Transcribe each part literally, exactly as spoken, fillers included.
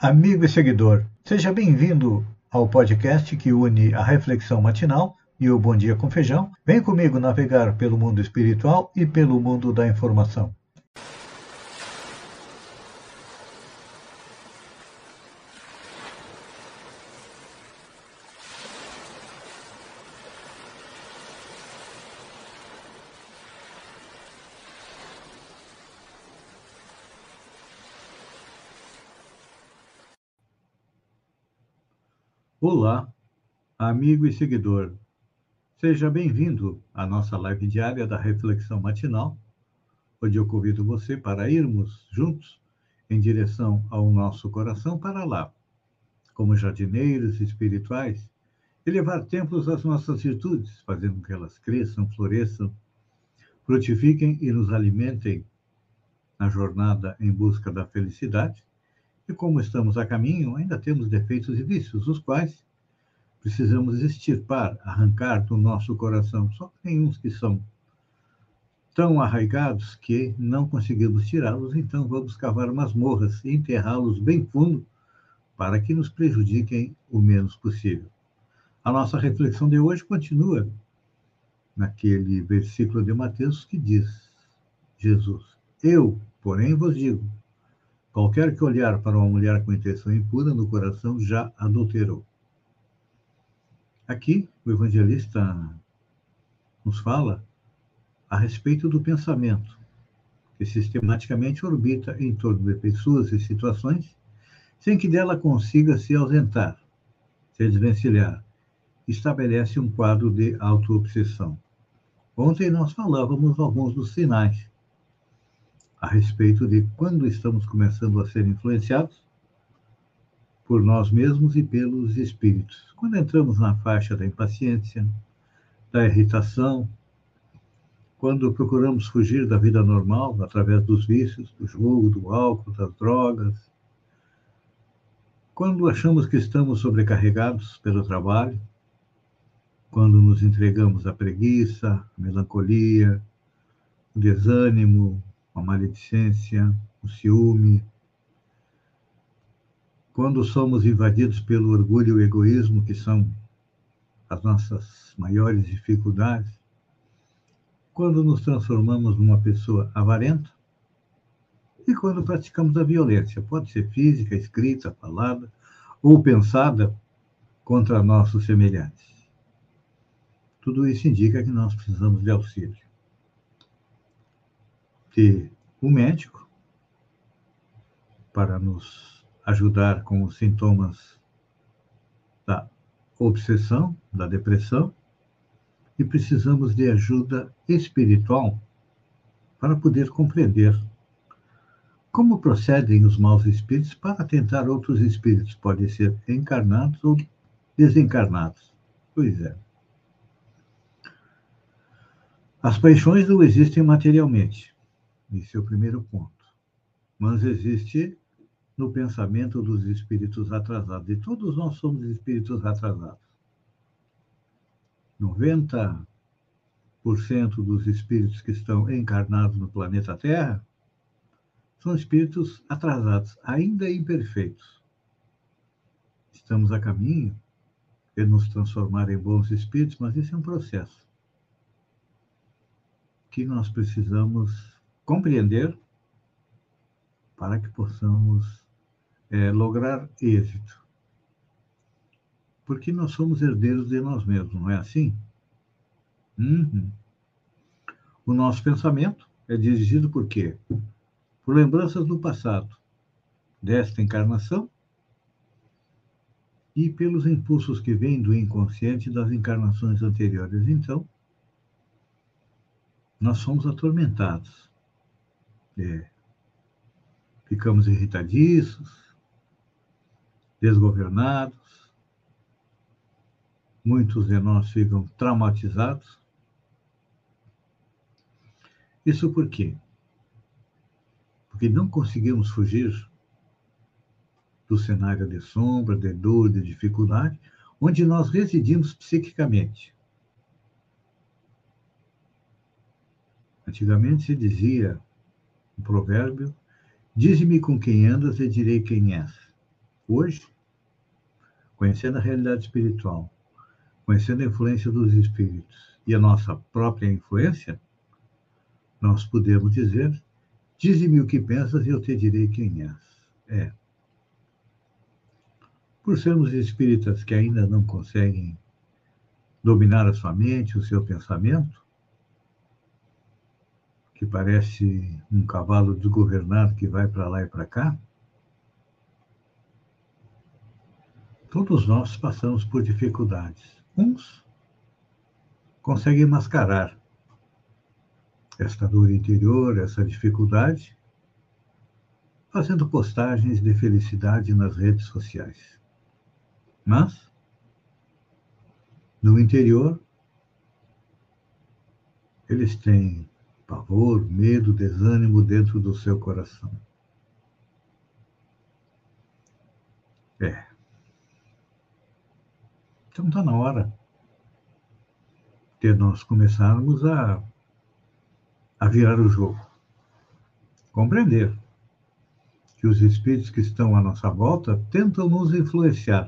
Amigo e seguidor, seja bem-vindo ao podcast que une a reflexão matinal e o Bom Dia com Feijão. Vem comigo navegar pelo mundo espiritual e pelo mundo da informação. Olá, amigo e seguidor. Seja bem-vindo à nossa live diária da reflexão matinal, onde eu convido você para irmos juntos em direção ao nosso coração para lá, como jardineiros espirituais, e levar templos às nossas virtudes, fazendo com que elas cresçam, floresçam, frutifiquem e nos alimentem na jornada em busca da felicidade. E como estamos a caminho, ainda temos defeitos e vícios, os quais precisamos extirpar, arrancar do nosso coração. Só que tem uns que são tão arraigados que não conseguimos tirá-los, então vamos cavar masmorras e enterrá-los bem fundo para que nos prejudiquem o menos possível. A nossa reflexão de hoje continua naquele versículo de Mateus que diz: Jesus, eu, porém, vos digo, qualquer que olhar para uma mulher com intenção impura no coração já adulterou. Aqui, o evangelista nos fala a respeito do pensamento, que sistematicamente orbita em torno de pessoas e situações, sem que dela consiga se ausentar, se desvencilhar. Estabelece um quadro de autoobsessão. Ontem nós falávamos alguns dos sinais a respeito de quando estamos começando a ser influenciados por nós mesmos e pelos espíritos. Quando entramos na faixa da impaciência, da irritação, quando procuramos fugir da vida normal através dos vícios, do jogo, do álcool, das drogas, quando achamos que estamos sobrecarregados pelo trabalho, quando nos entregamos à preguiça, à melancolia, o desânimo, a maledicência, o ciúme, quando somos invadidos pelo orgulho e o egoísmo, que são as nossas maiores dificuldades, quando nos transformamos numa pessoa avarenta e quando praticamos a violência, pode ser física, escrita, falada ou pensada contra nossos semelhantes. Tudo isso indica que nós precisamos de auxílio. De um médico para nos ajudar com os sintomas da obsessão, da depressão, e precisamos de ajuda espiritual para poder compreender como procedem os maus espíritos para tentar outros espíritos, podem ser encarnados ou desencarnados. Pois é. As paixões não existem materialmente, esse é o primeiro ponto, mas existe no pensamento dos espíritos atrasados, e todos nós somos espíritos atrasados. noventa por cento dos espíritos que estão encarnados no planeta Terra são espíritos atrasados, ainda imperfeitos. Estamos a caminho de nos transformar em bons espíritos, mas esse é um processo que nós precisamos compreender para que possamos é, lograr êxito. Porque nós somos herdeiros de nós mesmos, não é assim? Uhum. O nosso pensamento é dirigido por quê? Por lembranças do passado, desta encarnação, e pelos impulsos que vêm do inconsciente das encarnações anteriores. Então, nós somos atormentados. É. Ficamos irritadiços, desgovernados, muitos de nós ficam traumatizados. Isso por quê? Porque não conseguimos fugir do cenário de sombra, de dor, de dificuldade, onde nós residimos psiquicamente. Antigamente se dizia um provérbio: dize-me com quem andas e direi quem és. Hoje, conhecendo a realidade espiritual, conhecendo a influência dos espíritos e a nossa própria influência, nós podemos dizer: dize-me o que pensas e eu te direi quem és. É. Por sermos espíritas que ainda não conseguem dominar a sua mente, o seu pensamento, que parece um cavalo desgovernado que vai para lá e para cá, todos nós passamos por dificuldades. Uns conseguem mascarar esta dor interior, essa dificuldade, fazendo postagens de felicidade nas redes sociais. Mas, no interior, eles têm pavor, medo, desânimo dentro do seu coração. É. Então está na hora de nós começarmos a, a virar o jogo. Compreender que os espíritos que estão à nossa volta tentam nos influenciar.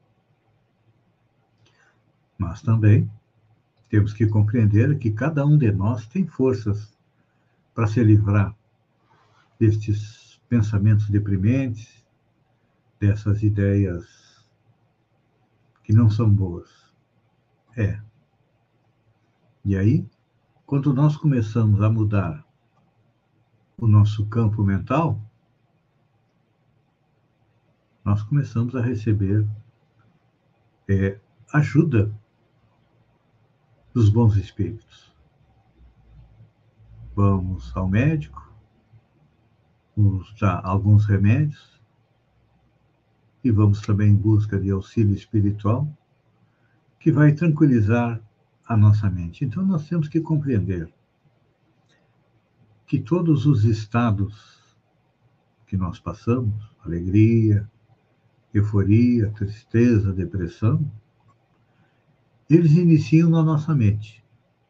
Mas também temos que compreender que cada um de nós tem forças para se livrar destes pensamentos deprimentes, dessas ideias que não são boas. É. E aí, quando nós começamos a mudar o nosso campo mental, nós começamos a receber é, ajuda dos bons espíritos. Vamos ao médico, nos dá alguns remédios e vamos também em busca de auxílio espiritual que vai tranquilizar a nossa mente. Então nós temos que compreender que todos os estados que nós passamos, alegria, euforia, tristeza, depressão, eles iniciam na nossa mente.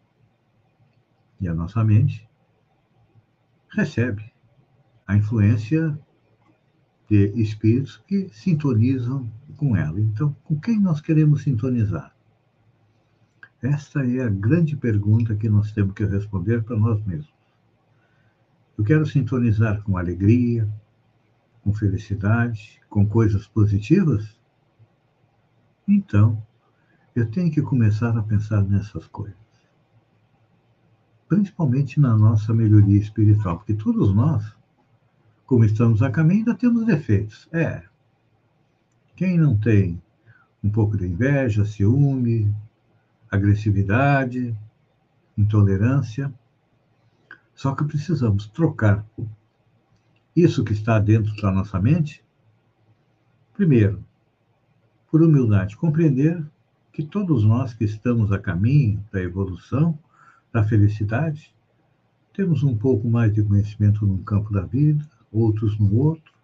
E a nossa mente recebe a influência de espíritos que sintonizam com ela. Então, com quem nós queremos sintonizar? Esta é a grande pergunta que nós temos que responder para nós mesmos. Eu quero sintonizar com alegria, com felicidade, com coisas positivas? Então, eu tenho que começar a pensar nessas coisas. Principalmente na nossa melhoria espiritual, porque todos nós, como estamos a caminho, ainda temos defeitos. É. Quem não tem um pouco de inveja, ciúme, agressividade, intolerância? Só que precisamos trocar isso que está dentro da nossa mente, primeiro, por humildade, compreender que todos nós que estamos a caminho da evolução, da felicidade, temos um pouco mais de conhecimento num campo da vida, outros no outro,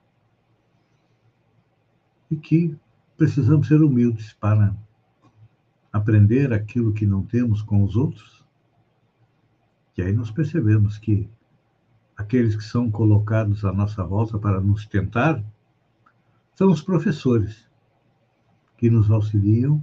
e que precisamos ser humildes para aprender aquilo que não temos com os outros. E aí nós percebemos que aqueles que são colocados à nossa volta para nos tentar são os professores que nos auxiliam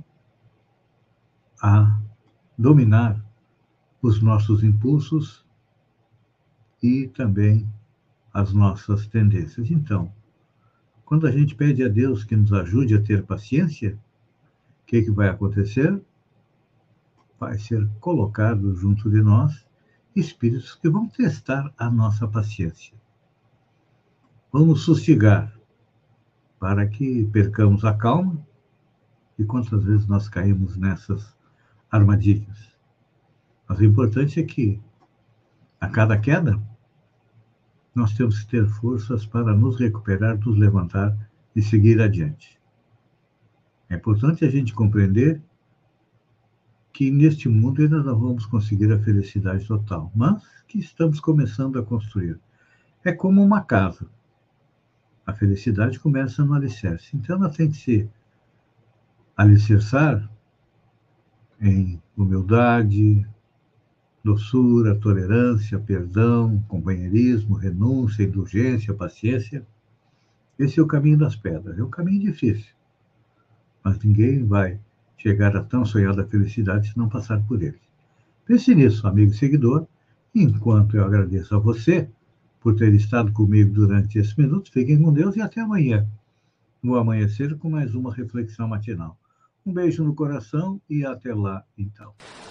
a dominar os nossos impulsos e também as nossas tendências. Então, quando a gente pede a Deus que nos ajude a ter paciência, o que, que vai acontecer? Vai ser colocado junto de nós espíritos que vão testar a nossa paciência. Vamos sustigar para que percamos a calma. E quantas vezes nós caímos nessas armadilhas? Mas o importante é que, a cada queda, nós temos que ter forças para nos recuperar, nos levantar e seguir adiante. É importante a gente compreender que neste mundo ainda não vamos conseguir a felicidade total, mas que estamos começando a construir. É como uma casa. A felicidade começa no alicerce. Então ela tem que se alicerçar em humildade, doçura, tolerância, perdão, companheirismo, renúncia, indulgência, paciência. Esse é o caminho das pedras. É um caminho difícil, mas ninguém vai chegar a tão sonhada felicidade se não passar por ele. Pense nisso, amigo e seguidor. Enquanto eu agradeço a você por ter estado comigo durante esses minutos, fiquem com Deus e até amanhã, no amanhecer, com mais uma reflexão matinal. Um beijo no coração e até lá, então.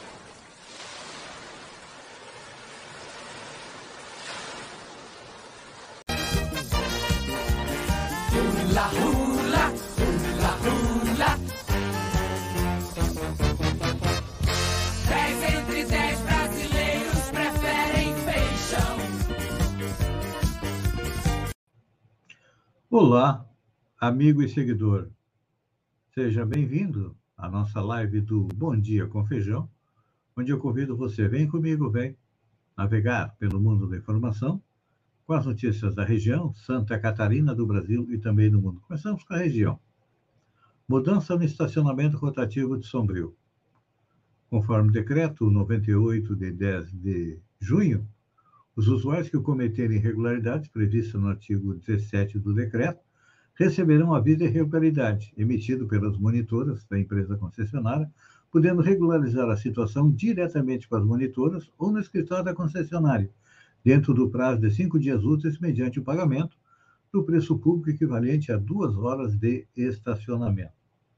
Hula, hula, hula, hula. Dez entre dez brasileiros preferem feijão. Olá, amigo e seguidor. Seja bem-vindo à nossa live do Bom Dia com Feijão, onde eu convido você, vem comigo, vem navegar pelo mundo da informação, com as notícias da região, Santa Catarina, do Brasil e também do mundo. Começamos com a região. Mudança no estacionamento rotativo de Sombrio. Conforme o decreto noventa e oito, de dez de junho, os usuários que cometerem irregularidades previstas no artigo dezessete do decreto receberão aviso de irregularidade emitido pelas monitoras da empresa concessionária, podendo regularizar a situação diretamente com as monitoras ou no escritório da concessionária, dentro do prazo de cinco dias úteis, mediante o pagamento do preço público equivalente a duas horas de estacionamento.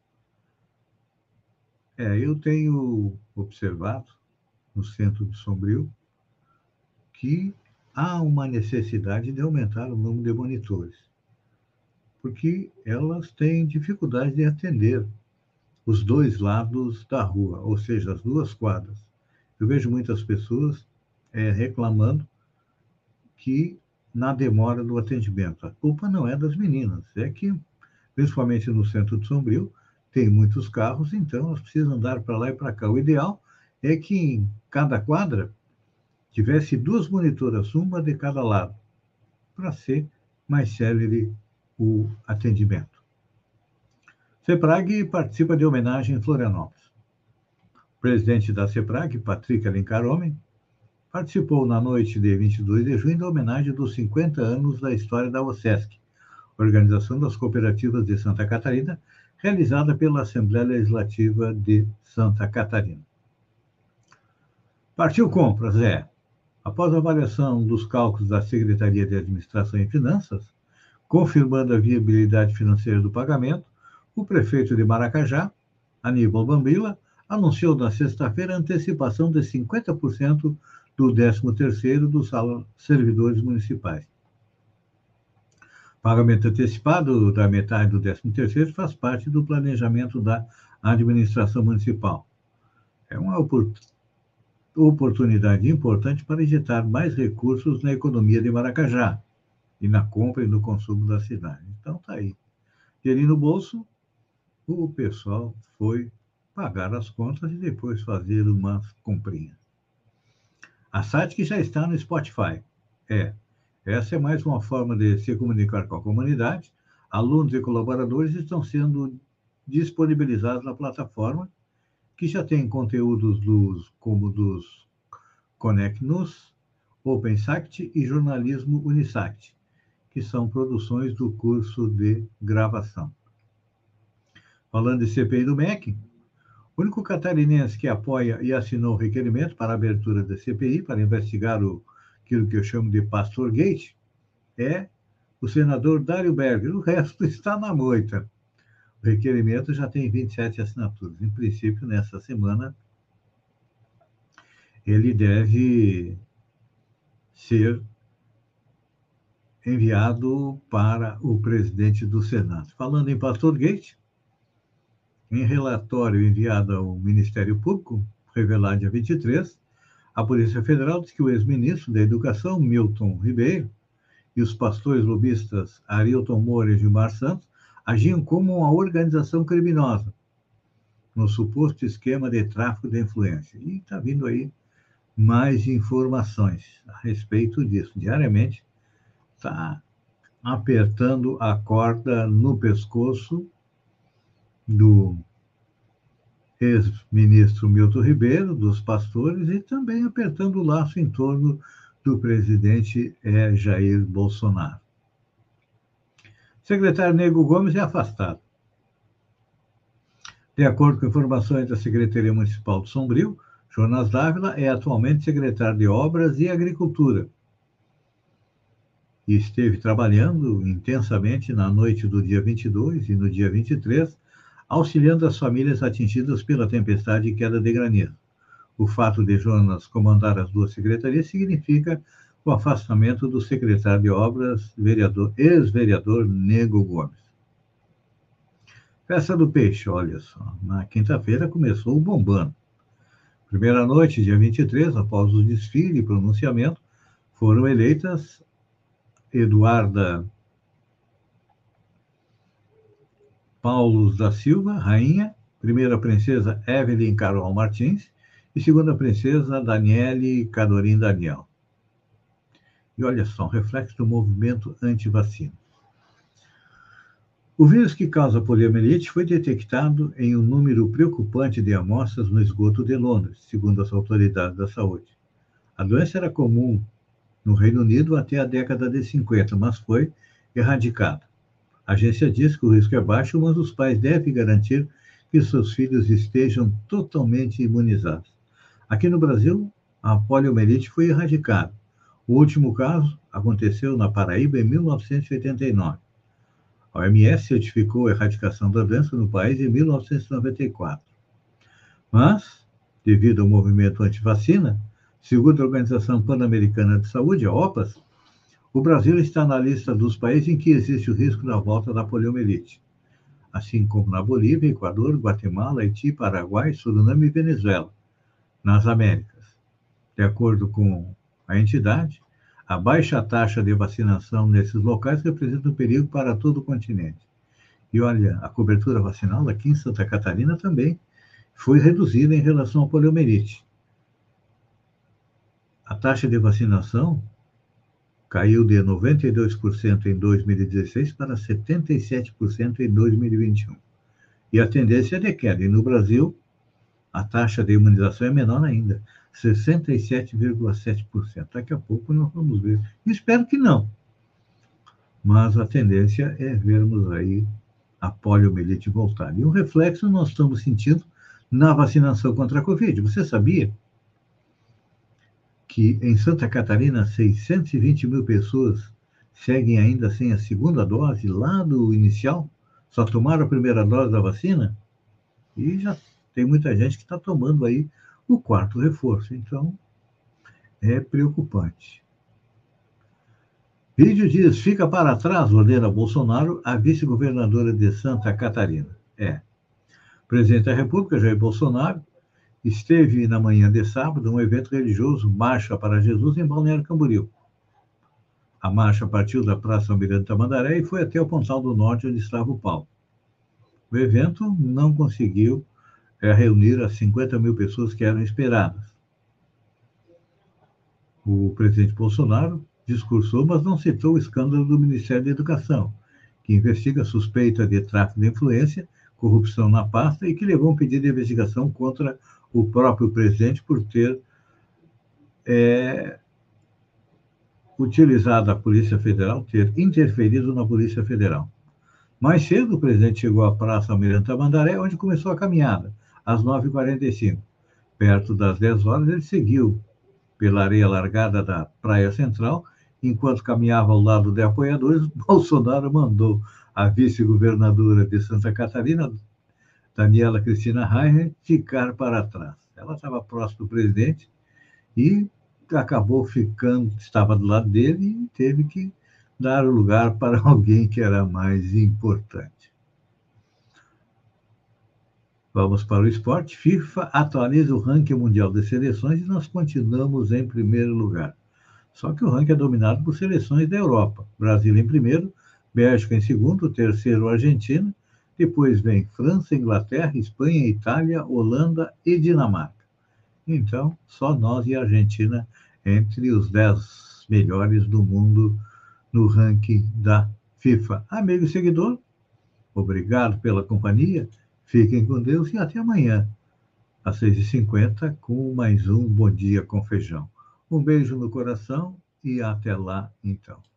É, eu tenho observado no centro de Sombrio que há uma necessidade de aumentar o número de monitores, porque elas têm dificuldade de atender os dois lados da rua, ou seja, as duas quadras. Eu vejo muitas pessoas é, reclamando que na demora do atendimento. A culpa não é das meninas, é que, principalmente no centro de Sombrio, tem muitos carros, então elas precisam andar para lá e para cá. O ideal é que em cada quadra tivesse duas monitoras, uma de cada lado, para ser mais célere o atendimento. CEPRAG participa de homenagem em Florianópolis. O presidente da CEPRAG, Patrick Alencar Homem, participou na noite de vinte e dois de junho da homenagem dos cinquenta anos da história da OSESC, Organização das Cooperativas de Santa Catarina, realizada pela Assembleia Legislativa de Santa Catarina. Partiu Compras, é. Após a avaliação dos cálculos da Secretaria de Administração e Finanças, confirmando a viabilidade financeira do pagamento, o prefeito de Maracajá, Aníbal Bambila, anunciou na sexta-feira a antecipação de cinquenta por cento do décimo terceiro dos servidores municipais. Pagamento antecipado da metade do décimo terceiro faz parte do planejamento da administração municipal. É uma oportunidade importante para injetar mais recursos na economia de Maracajá e na compra e no consumo da cidade. Então, está aí. Dinheirinho no bolso, o pessoal foi pagar as contas e depois fazer umas comprinhas. A SATIC já está no Spotify. É, essa é mais uma forma de se comunicar com a comunidade. Alunos e colaboradores estão sendo disponibilizados na plataforma, que já tem conteúdos dos, como dos Connect News, OpenSact e Jornalismo Unisact, que são produções do curso de gravação. Falando de C P I do M E C, o único catarinense que apoia e assinou o requerimento para a abertura da C P I para investigar o, aquilo que eu chamo de Pastor Gate é o senador Dário Berger. O resto está na moita. O requerimento já tem vinte e sete assinaturas. Em princípio, nessa semana, ele deve ser enviado para o presidente do Senado. Falando em Pastor Gate, em relatório enviado ao Ministério Público, revelado dia vinte e três, a Polícia Federal diz que o ex-ministro da Educação, Milton Ribeiro, e os pastores lobistas Arilton Moura e Gilmar Santos agiam como uma organização criminosa no suposto esquema de tráfico de influência. E está vindo aí mais informações a respeito disso. Diariamente está apertando a corda no pescoço do ex-ministro Milton Ribeiro, dos pastores, e também apertando o laço em torno do presidente é, Jair Bolsonaro. Secretário Nego Gomes é afastado. De acordo com informações da Secretaria Municipal de Sombrio, Jonas Dávila é atualmente secretário de Obras e Agricultura e esteve trabalhando intensamente na noite do dia vinte e dois e no dia vinte e três, auxiliando as famílias atingidas pela tempestade e queda de granizo. O fato de Jonas comandar as duas secretarias significa o afastamento do secretário de Obras, vereador, ex-vereador Nego Gomes. Festa do Peixe, olha só, na quinta-feira começou bombando. Primeira noite, dia vinte e três, após o desfile e pronunciamento, foram eleitas Eduarda Paulos da Silva, rainha, primeira princesa Evelyn Carol Martins e segunda princesa Daniele Cadorim Daniel. E olha só, um reflexo do movimento anti-vacina. O vírus que causa poliomielite foi detectado em um número preocupante de amostras no esgoto de Londres, segundo as autoridades da saúde. A doença era comum no Reino Unido até a década de cinquenta, mas foi erradicada. A agência diz que o risco é baixo, mas os pais devem garantir que seus filhos estejam totalmente imunizados. Aqui no Brasil, a poliomielite foi erradicada. O último caso aconteceu na Paraíba em mil novecentos e oitenta e nove. A O M S certificou a erradicação da doença no país em mil novecentos e noventa e quatro. Mas, devido ao movimento anti-vacina, segundo a Organização Pan-Americana de Saúde, a OPAS, o Brasil está na lista dos países em que existe o risco da volta da poliomielite, assim como na Bolívia, Equador, Guatemala, Haiti, Paraguai, Suriname e Venezuela, nas Américas. De acordo com a entidade, a baixa taxa de vacinação nesses locais representa um perigo para todo o continente. E olha, a cobertura vacinal aqui em Santa Catarina também foi reduzida em relação à poliomielite. A taxa de vacinação caiu de noventa e dois por cento em dois mil e dezesseis para setenta e sete por cento em dois mil e vinte e um. E a tendência é de queda. E no Brasil, a taxa de imunização é menor ainda, sessenta e sete vírgula sete por cento. Daqui a pouco nós vamos ver. Espero que não. Mas a tendência é vermos aí a poliomielite voltar. E um reflexo nós estamos sentindo na vacinação contra a Covid. Você sabia que em Santa Catarina, seiscentos e vinte mil pessoas seguem ainda sem a segunda dose lá do inicial? Só tomaram a primeira dose da vacina? E já tem muita gente que está tomando aí o quarto reforço. Então, é preocupante. Vídeo diz, fica para trás, ordena Bolsonaro, a vice-governadora de Santa Catarina. É. O presidente da República, Jair Bolsonaro, esteve na manhã de sábado um evento religioso, Marcha para Jesus, em Balneário Camboriú. A marcha partiu da Praça Almirante Tamandaré e foi até o Pontal do Norte, onde estava o palco. O evento não conseguiu é, reunir as cinquenta mil pessoas que eram esperadas. O presidente Bolsonaro discursou, mas não citou o escândalo do Ministério da Educação, que investiga a suspeita de tráfico de influência, corrupção na pasta e que levou um pedido de investigação contra o próprio presidente por ter é, utilizado a Polícia Federal, ter interferido na Polícia Federal. Mais cedo, o presidente chegou à Praça Almirante Tamandaré, onde começou a caminhada, às nove e quarenta e cinco. Perto das dez horas, ele seguiu pela areia largada da Praia Central. Enquanto caminhava ao lado de apoiadores, Bolsonaro mandou a vice-governadora de Santa Catarina, Daniela Cristina Rainer, ficar para trás. Ela estava próxima do presidente e acabou ficando, estava do lado dele e teve que dar o lugar para alguém que era mais importante. Vamos para o esporte. FIFA atualiza o ranking mundial de seleções e nós continuamos em primeiro lugar. Só que o ranking é dominado por seleções da Europa. Brasil em primeiro, Bélgica em segundo, terceiro Argentina, depois vem França, Inglaterra, Espanha, Itália, Holanda e Dinamarca. Então, só nós e a Argentina entre os dez melhores do mundo no ranking da FIFA. Amigo e seguidor, obrigado pela companhia, fiquem com Deus e até amanhã, às seis e cinquenta, com mais um Bom Dia com Feijão. Um beijo no coração e até lá, então.